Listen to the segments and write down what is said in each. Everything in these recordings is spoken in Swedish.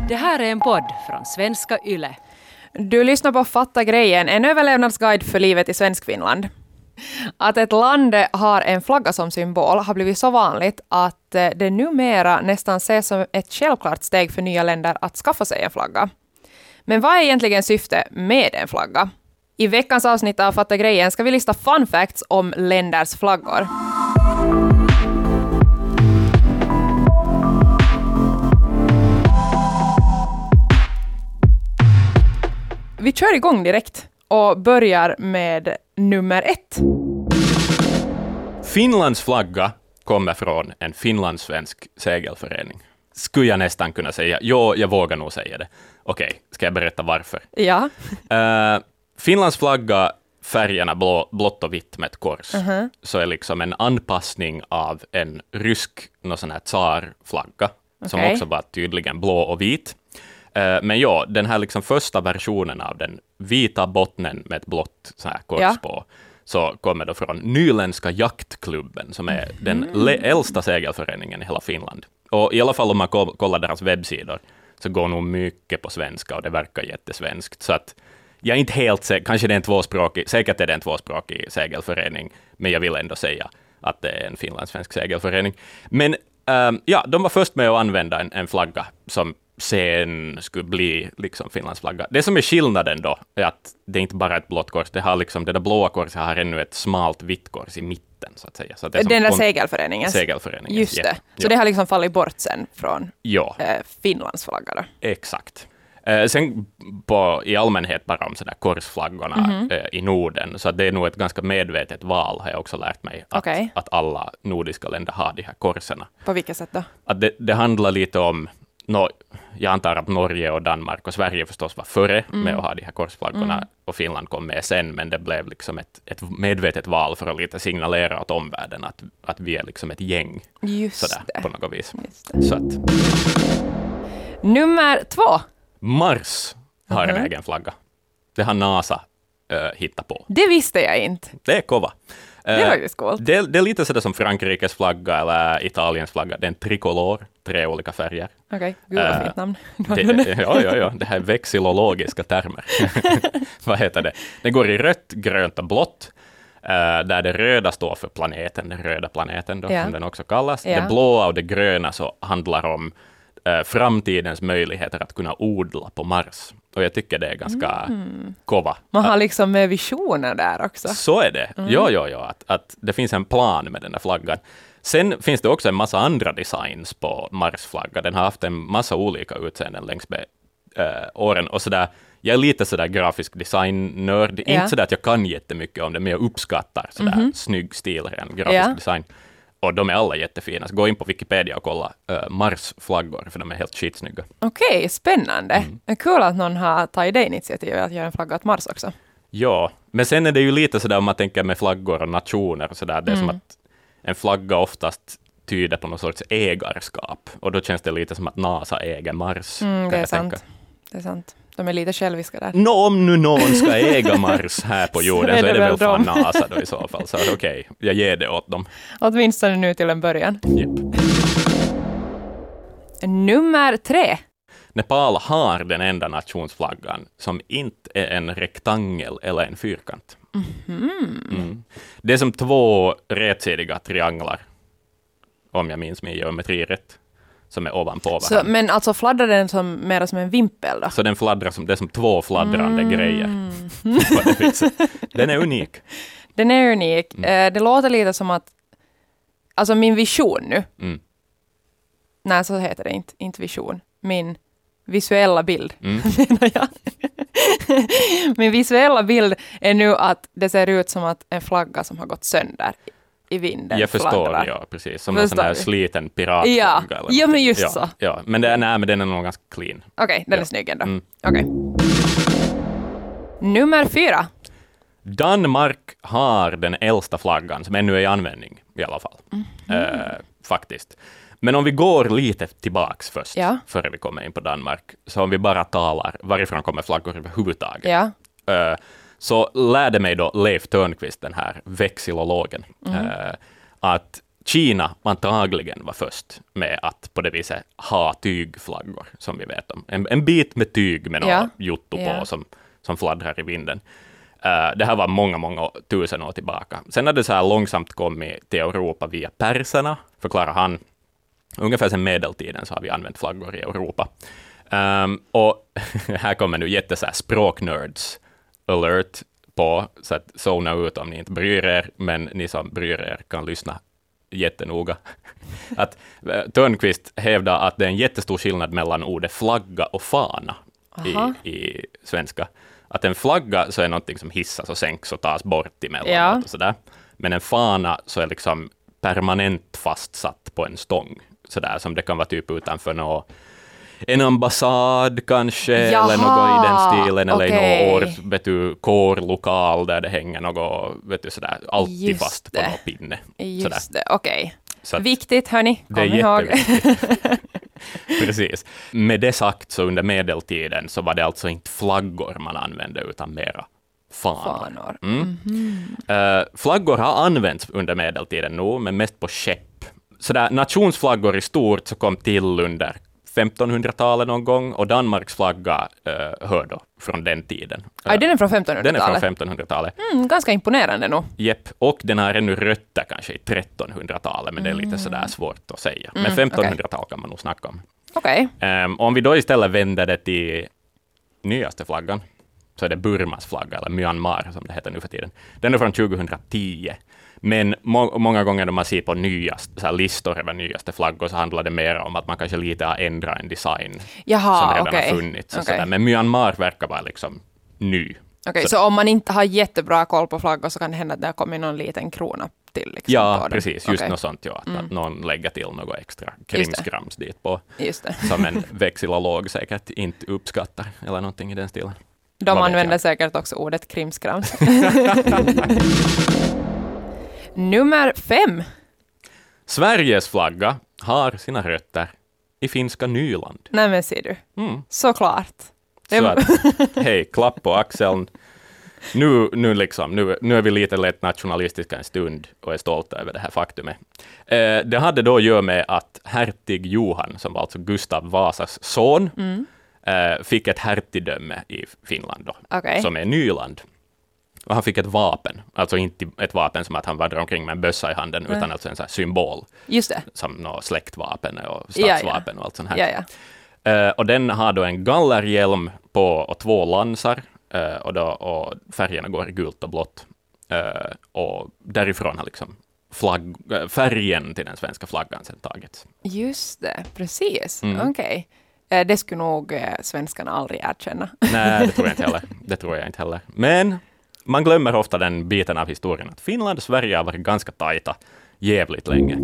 Det här är en podd från Svenska Yle. Du lyssnar på Fatta grejen, en överlevnadsguide för livet i Svenskfinland. Att ett land har en flagga som symbol har blivit så vanligt att det numera nästan ses som ett självklart steg för nya länder att skaffa sig en flagga. Men vad är egentligen syftet med en flagga? I veckans avsnitt av Fatta grejen ska vi lista fun facts om länders flaggor. Vi kör igång direkt och börjar med nummer 1. Finlands flagga kommer från en finlandssvensk segelförening. Skulle jag nästan kunna säga. Jo, jag vågar nog säga det. Okej, ska jag berätta varför? Ja. Finlands flagga, färgerna blått och vitt med ett kors, så är liksom en anpassning av en rysk sån här tsarflagga, som också var tydligen blå och vit. Men ja, den här liksom första versionen av den vita bottnen med ett blått så här kors på, så kommer då från Nyländska jaktklubben, som är den äldsta segelföreningen i hela Finland. Och i alla fall om man kollar deras webbsidor så går nog mycket på svenska och det verkar jättesvenskt. Så att jag är inte helt säker, kanske det är en tvåspråkig, säkert är det en tvåspråkig segelförening, men jag vill ändå säga att det är en finlandssvensk segelförening. Men ja, de var först med att använda en flagga som sen skulle bli liksom Finlands flagga. Det som är skillnaden då är att det är inte bara ett blått kors, det har liksom, det där blåa korset har ännu ett smalt vitt kors i mitten, så att säga. Så det är den där segelföreningen. Just det. Så det har liksom fallit bort sen från Finlands flagga då. Exakt. Sen i allmänhet bara om sådär korsflaggorna i Norden, så det är nog ett ganska medvetet val, har jag också lärt mig, att alla nordiska länder har de här korserna. På vilket sätt då? Att det handlar lite om, jag antar att Norge och Danmark och Sverige förstås var före med att ha de här korsflaggorna, och Finland kom med sen, men det blev liksom ett medvetet val för att lite signalera åt omvärlden att vi är liksom ett gäng. Just sådär, det. på något vis. Så att. Nummer 2. Mars har en egen flagga. Det har NASA hittat på. Det visste jag inte. Det är kova. Det var ju coolt. Det är lite sådär som Frankrikes flagga eller Italiens flagga. Det är en tricolor, 3 olika färger. Okej, gud vad fint namn. Ja, det här är vexillologiska termer. Vad heter det? Det går i rött, grönt och blått. Där det röda står för planeten, den röda planeten då, som den också kallas. Det blåa och det gröna så handlar om framtidens möjligheter att kunna odla på Mars. Och jag tycker det är ganska kova. Man har liksom med visioner där också. Så är det. Ja. Att det finns en plan med den där flaggan. Sen finns det också en massa andra designs på Mars-flagga. Den har haft en massa olika utseenden längs med åren. Och sådär, jag är lite sådär grafisk design-nörd. Inte sådär att jag kan jättemycket om det, men jag uppskattar sådär snygg stil, en grafisk design. Och de är alla jättefina. Så gå in på Wikipedia och kolla Mars-flaggor, för de är helt skitsnygga. Okej, spännande. Kul att någon har tagit det initiativet att göra en flagga åt Mars också. Ja, men sen är det ju lite sådär om man tänker med flaggor och nationer och sådär. Det är som att en flagga oftast tyder på någon sorts ägarskap. Och då känns det lite som att NASA äger Mars. Det är sant. Det är sant. De är lite själviska där. Om nu någon ska äga Mars här på jorden så är det väl fan NASA då i så fall. Så okej, jag ger det åt dem. Åtminstone nu till en början. Yep. Nummer 3. Nepal har den enda nationsflaggan som inte är en rektangel eller en fyrkant. Det är som 2 rätsidiga trianglar, om jag minns min geometri rätt, som är ovanpå varandra. Men alltså fladdrar den mer som en vimpel då? Så den fladdrar det är som 2 fladdrande grejer. Den är unik. Den är unik. Det låter lite som att, alltså min vision nu, nej så heter det inte vision, min visuella bild menar jag. Min visuella bild är nu att det ser ut som att en flagga som har gått sönder i vinden. Jag förstår, ja, precis. Som en sån där sliten piratflagga. Ja, men just så. Ja. Men den är nog ganska clean. Okej, den är snygg ändå. Okej. Nummer 4. Danmark har den äldsta flaggan som ännu är i användning i alla fall. Faktiskt. Men om vi går lite tillbaks först, före vi kommer in på Danmark, så om vi bara talar varifrån kommer flaggor överhuvudtaget, så lärde mig då Leif Törnqvist, den här vexillologen, att Kina antagligen var först med att på det viset ha tygflaggor, som vi vet om. En bit med tyg med några jotto på som fladdrar i vinden. Det här var många tusen år tillbaka. Sen hade det så här långsamt kommit till Europa via perserna, förklarar han. Ungefär sedan medeltiden så har vi använt flaggor i Europa. Och här kommer nu språknerds alert på, så att zona ut om ni inte bryr er, men ni som bryr er kan lyssna jättenoga. Att Törnqvist hävdar att det är en jättestor skillnad mellan ordet flagga och fana i svenska. Att en flagga så är någonting som hissas och sänks och tas bort emellanåt och sådär. Men en fana så är liksom permanent fastsatt på en stång. Sådär som det kan vara typ utanför en ambassad kanske, eller något i den stilen, eller i någon kårlokal där det hänger något, sådär, alltid fast på någon pinne. Just det, okej. Viktigt, hörni, kom ihåg. Precis. Med det sagt så under medeltiden så var det alltså inte flaggor man använde, utan mera fanor. Flaggor har använts under medeltiden nu, men mest på skepp. Sådär, nationsflaggor i stort så kom till under 1500-talet någon gång, och Danmarks flagga hör då från den tiden. Den är från 1500-talet? Den är från 1500-talet. Ganska imponerande nog. Jepp, och den har ännu rötter kanske i 1300-talet, men det är lite sådär svårt att säga. Men 1500-tal kan man nog snacka om. Om vi då istället vänder det till nyaste flaggan, så är det Burmas flagga, eller Myanmar som det heter nu för tiden. Den är från 2010. Men många gånger när man ser på listor över nyaste flaggor så handlar det mer om att man kanske lite har ändrat en design som redan har funnits. Men Myanmar verkar vara liksom ny. Så om man inte har jättebra koll på flaggor så kan det hända att det har kommit någon liten krona till? Liksom, ja, precis. Just något sånt. Att någon lägger till något extra krimskrams dit på. Som en vexillolog säkert inte uppskattar eller någonting i den stilen. De använder säkert också ordet krimskrams. Nummer 5. Sveriges flagga har sina rötter i finska Nyland. Nej, men ser du. Såklart. Så att, hej, klapp på axeln. Nu är vi lite lätt nationalistiska en stund och är stolta över det här faktumet. Det hade då att göra med att hertig Johan, som var alltså Gustav Vasas son, fick ett hertigdöme i Finland då, som är Nyland. Och han fick ett vapen, alltså inte ett vapen som att han vandrar omkring med en bössa i handen, utan alltså en sån här symbol. Just det. Som något släktvapen och statsvapen och allt sånt här. Och den har då en gallerhjälm på och 2 lansar, och färgerna går i gult och blått. Och därifrån har liksom färgen till den svenska flaggan sen tagits. Just det, precis. Okej. Det skulle nog svenskarna aldrig erkänna. Nej, det tror jag inte heller. Men man glömmer ofta den biten av historien att Finland och Sverige har varit ganska tajta jävligt länge.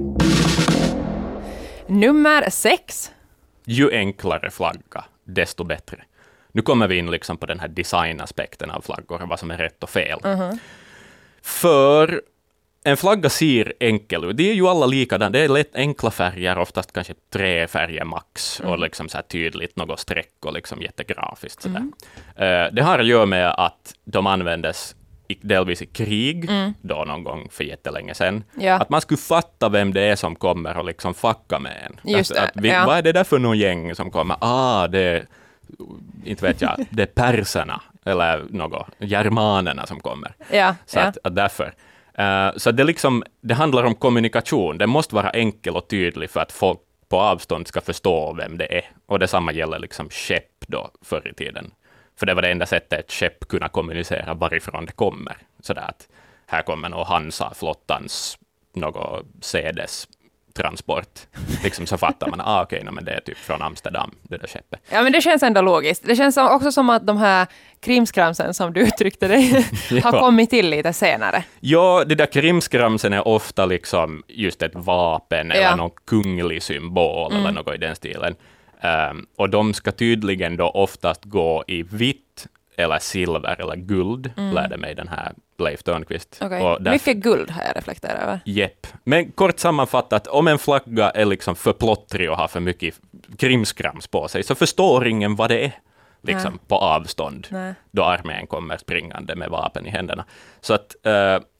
Nummer 6. Ju enklare flagga, desto bättre. Nu kommer vi in liksom på den här designaspekten av flaggor, vad som är rätt och fel. För en flagga ser enkel ut. Det är ju alla likadana. Det är lätt enkla färger, oftast kanske 3 färger max, och liksom så här tydligt något streck och liksom jättegrafiskt. Det har att göra med att de användes delvis i krig, då någon gång för jättelänge sedan. Att man skulle fatta vem det är som kommer och liksom fucka med en. Vad är det där för någon gäng som kommer? Det inte vet jag, det är perserna eller germanerna som kommer. Så att därför. Så det handlar om kommunikation. Det måste vara enkel och tydlig för att folk på avstånd ska förstå vem det är. Och detsamma gäller liksom skepp då förr i tiden. För det var det enda sättet ett skepp kunna kommunicera varifrån det kommer. Så att här kommer nog Hansa-flottans sädes transport. Liksom så fattar man, men det är typ från Amsterdam, det där skeppet. Ja, men det känns ändå logiskt. Det känns också som att de här krimskramsen som du uttryckte dig har kommit till lite senare. Ja, det där krimskramsen är ofta liksom just ett vapen eller någon kunglig symbol eller något i den stilen. Och de ska tydligen då oftast gå i vitt eller silver eller guld, lärde mig den här Leif Törnqvist. Mycket guld har jag reflekterat över. Jepp. Men kort sammanfattat, om en flagga är liksom för plottrig och har för mycket krimskrams på sig, så förstår ingen vad det är liksom på avstånd, då armén kommer springande med vapen i händerna. Så att,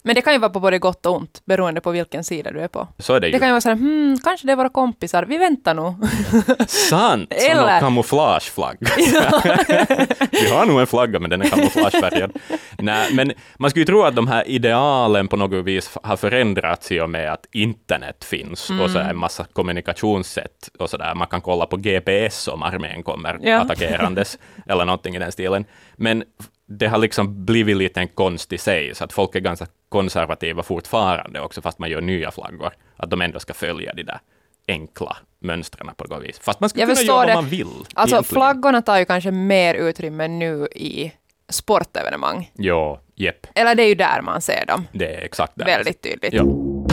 Men det kan ju vara på både gott och ont, beroende på vilken sida du är på. Så är det ju. Det kan ju vara så här, kanske det är våra kompisar, vi väntar nog. Sant! Som Eller- en kamouflageflagga. Vi har nog en flagga, men den är kamouflagefärgad. Nej, men man skulle ju tro att de här idealen på något vis har förändrats i och med att internet finns och så är en massa kommunikationssätt och sådär. Man kan kolla på GPS om armén kommer attackerandes eller någonting i den stilen. Men det har liksom blivit lite en konst i sig, så att folk är ganska konservativa fortfarande också, fast man gör nya flaggor. Att de ändå ska följa de där enkla mönstren på något vis. Fast man ska kunna göra vad man vill. Alltså egentligen. flaggorna tar ju kanske mer utrymme nu i sportevenemang. Ja, jepp. Eller det är ju där man ser dem. Det är exakt där. Väldigt tydligt. Ja.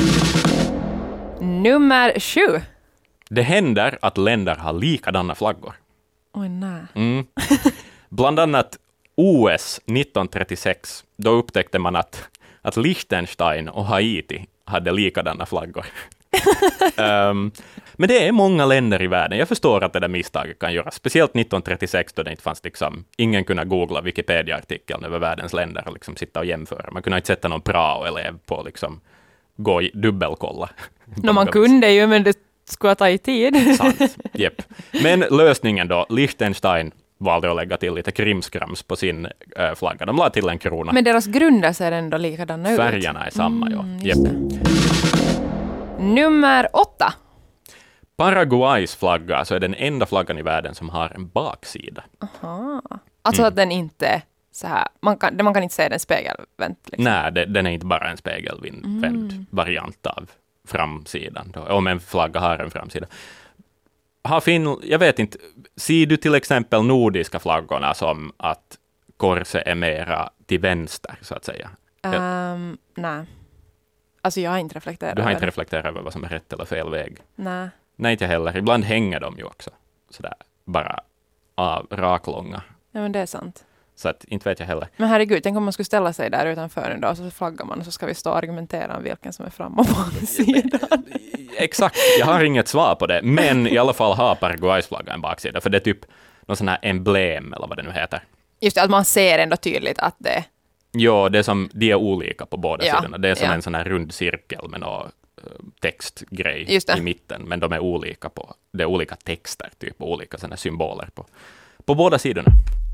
Nummer 7. Det händer att länder har likadana flaggor. Oj, nej. Bland annat OS 1936, då upptäckte man att Liechtenstein och Haiti hade likadana flaggor. Men det är många länder i världen. Jag förstår att det där misstaget kan göras. Speciellt 1936 då det inte fanns ingen kunde googla Wikipedia-artikeln över världens länder och liksom sitta och jämföra. Man kunde inte sätta någon prao-elev på gå och dubbelkolla. Man kunde ju, men det skulle ta i tid. Sant, jepp. Men lösningen då, Liechtenstein valde att lägga till lite krimskrams på sin flagga. De la till en krona. Men deras grunder ser ändå likadana ut. Färgerna är samma, ja. Jepp. Nummer 8. Paraguays flagga så är den enda flaggan i världen som har en baksida. Alltså att den inte så här, man kan inte se den spegelvänt. Liksom. Nej, den är inte bara en spegelvänd variant av framsidan. Då, om en flagga har en framsida. Jag vet inte, ser du till exempel nordiska flaggorna som att korset är mera till vänster, så att säga? Nej. Alltså jag har inte reflekterat Du har över inte det. reflekterat över vad som är rätt eller fel väg? Nej. Nej, inte heller. Ibland hänger de ju också sådär, bara raklånga. Ja, men det är sant. Så att, inte vet jag heller. Men herregud, tänk om man skulle ställa sig där utanför en dag och så flaggar man och så ska vi stå och argumentera om vilken som är fram och baksidan. Exakt, jag har inget svar på det. Men i alla fall har Paraguays flagga en baksida. För det är typ någon sån här emblem eller vad det nu heter. Just det, att man ser ändå tydligt att det... Ja, det är som, de är olika på båda Ja, sidorna. Det är som ja. en sån här rund cirkel med någon textgrej Just det. i mitten. Men de är olika det är olika texter, typ, och olika såna symboler på båda sidorna.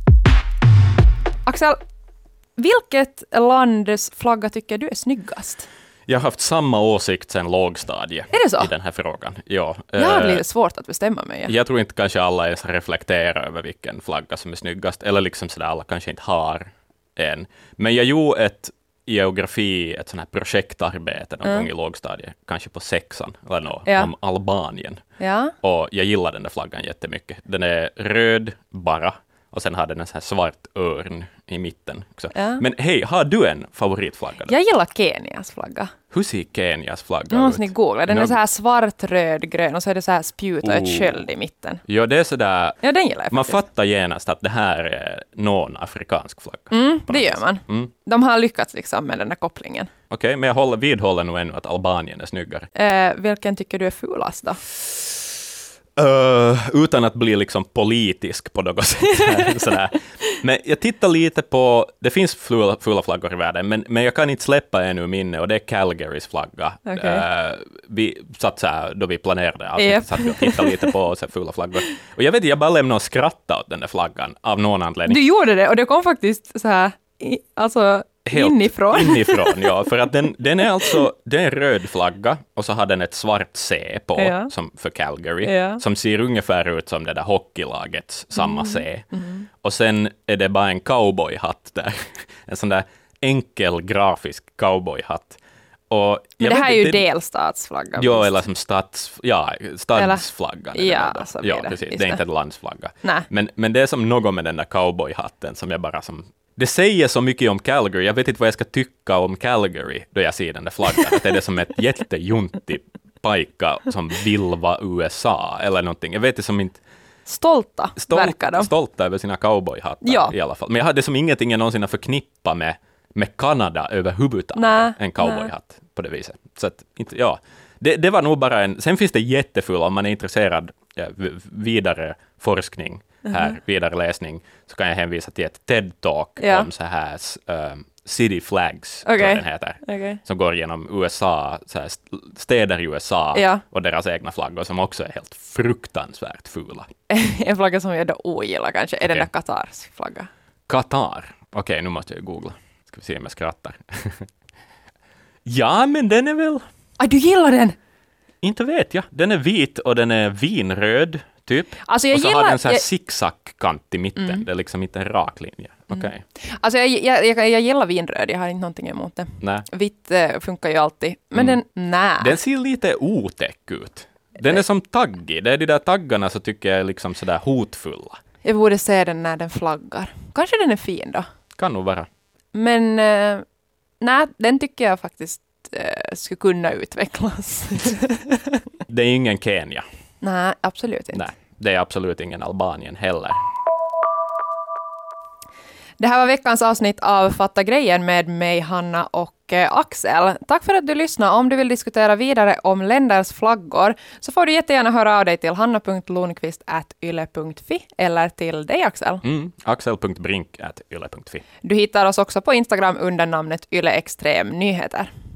Axel, vilket lands flagga tycker du är snyggast? Jag har haft samma åsikt sedan lågstadiet Är det så? i den här frågan. Ja, Jag har lite svårt att bestämma mig. jag tror inte kanske alla ens reflekterar över vilken flagga som är snyggast. Eller liksom sådär, alla kanske inte har en. Men jag gjorde ett sånt här projektarbete någon gång i lågstadiet, kanske på 6:an, eller om Albanien. Ja. Och jag gillar den där flaggan jättemycket. Den är röd bara, och sen har den en sån här svart örn i mitten också. Ja. Men hej, har du en favoritflagga då? Jag gillar Kenias flagga. Hur ser Kenias flagga Nu ut? måste ni googla. Den är så här svart, röd, grön och så är det så här spjut och ett Oh. sköld i mitten. Ja, det är sådär... Ja, den gillar jag Man faktiskt. fattar genast att det här är någon afrikansk flagga. Det gör man. De har lyckats liksom med den där kopplingen. Okej, men jag vidhåller nog ännu att Albanien är snyggare. Vilken tycker du är fulast då? Utan att bli liksom politisk på något sätt. Sådär. Men jag tittar lite på, det finns fula flaggor i världen, men jag kan inte släppa en ur minne, och det är Calgarys flagga. Okay. Vi satt så här, då vi planerade, alltså, satt vi och tittade lite på så här fula flaggor. Och jag vet, jag bara lämnade och skrattade åt den där flaggan av någon anledning. Du gjorde det och det kom faktiskt så här, inifrån. Inifrån, ja. För att den är alltså, det är en röd flagga och så har den ett svart C på, som för Calgary, som ser ungefär ut som det där hockeylagets samma C. Och sen är det bara en cowboyhatt där. En sån där enkel grafisk cowboyhatt. Och Men det här är ju delstatsflagga. Ja, eller som stadsflaggan. Ja, så blir ja, det. precis. Det är inte en landsflagga. Nej. Men det är som något med den där cowboyhatten som jag bara som... Det säger så mycket om Calgary. Jag vet inte vad jag ska tycka om Calgary då jag ser den där flaggan. Att det är som ett jättejuntig pajka som vill vara USA eller någonting. Jag vet det som inte... Stolta verkar de. Stolta över sina cowboyhattar i alla fall. Men jag hade som ingenting jag någonsin har förknippat med Kanada överhuvudtaget. En cowboyhatt på det viset. Så att, ja. Det var nog bara en... Sen finns det jättefulla, om man är intresserad vidare forskning här, vidare läsning, så kan jag hänvisa till ett TED-talk om så här City Flags, tror jag den heter, som går genom USA, så här städer i USA och deras egna flaggor som också är helt fruktansvärt fula. En flagga som jag då ogillar kanske är den där Katars flagga. Qatar? Okej, nu måste jag googla. Ska vi se om jag skrattar. Ja, men den är väl... Du gillar den? Inte vet jag. Den är vit och den är vinröd, typ. Alltså jag och så gillar, har den så här zigzag-kant i mitten. Det är liksom inte en rak linje. Okej. Alltså jag gillar vinröd, jag har inte någonting emot det. Nej. Vitt funkar ju alltid. Men den ser lite otäck ut. Den är som taggig. Det är de där taggarna så tycker jag är liksom sådär hotfulla. Jag borde se den när den flaggar. Kanske den är fin då. Kan nog vara. Men nej, den tycker jag faktiskt skulle kunna utvecklas. Det är ingen Kenya. Nej, absolut inte. Nej, det är absolut ingen Albanien heller. Det här var veckans avsnitt av Fatta grejen med mig, Hanna och Axel. Tack för att du lyssnade. Om du vill diskutera vidare om länders flaggor så får du jättegärna höra av dig till hanna.lundqvist@yle.fi eller till dig, Axel. Axel.brink@yle.fi. Du hittar oss också på Instagram under namnet Yle Extrem Nyheter.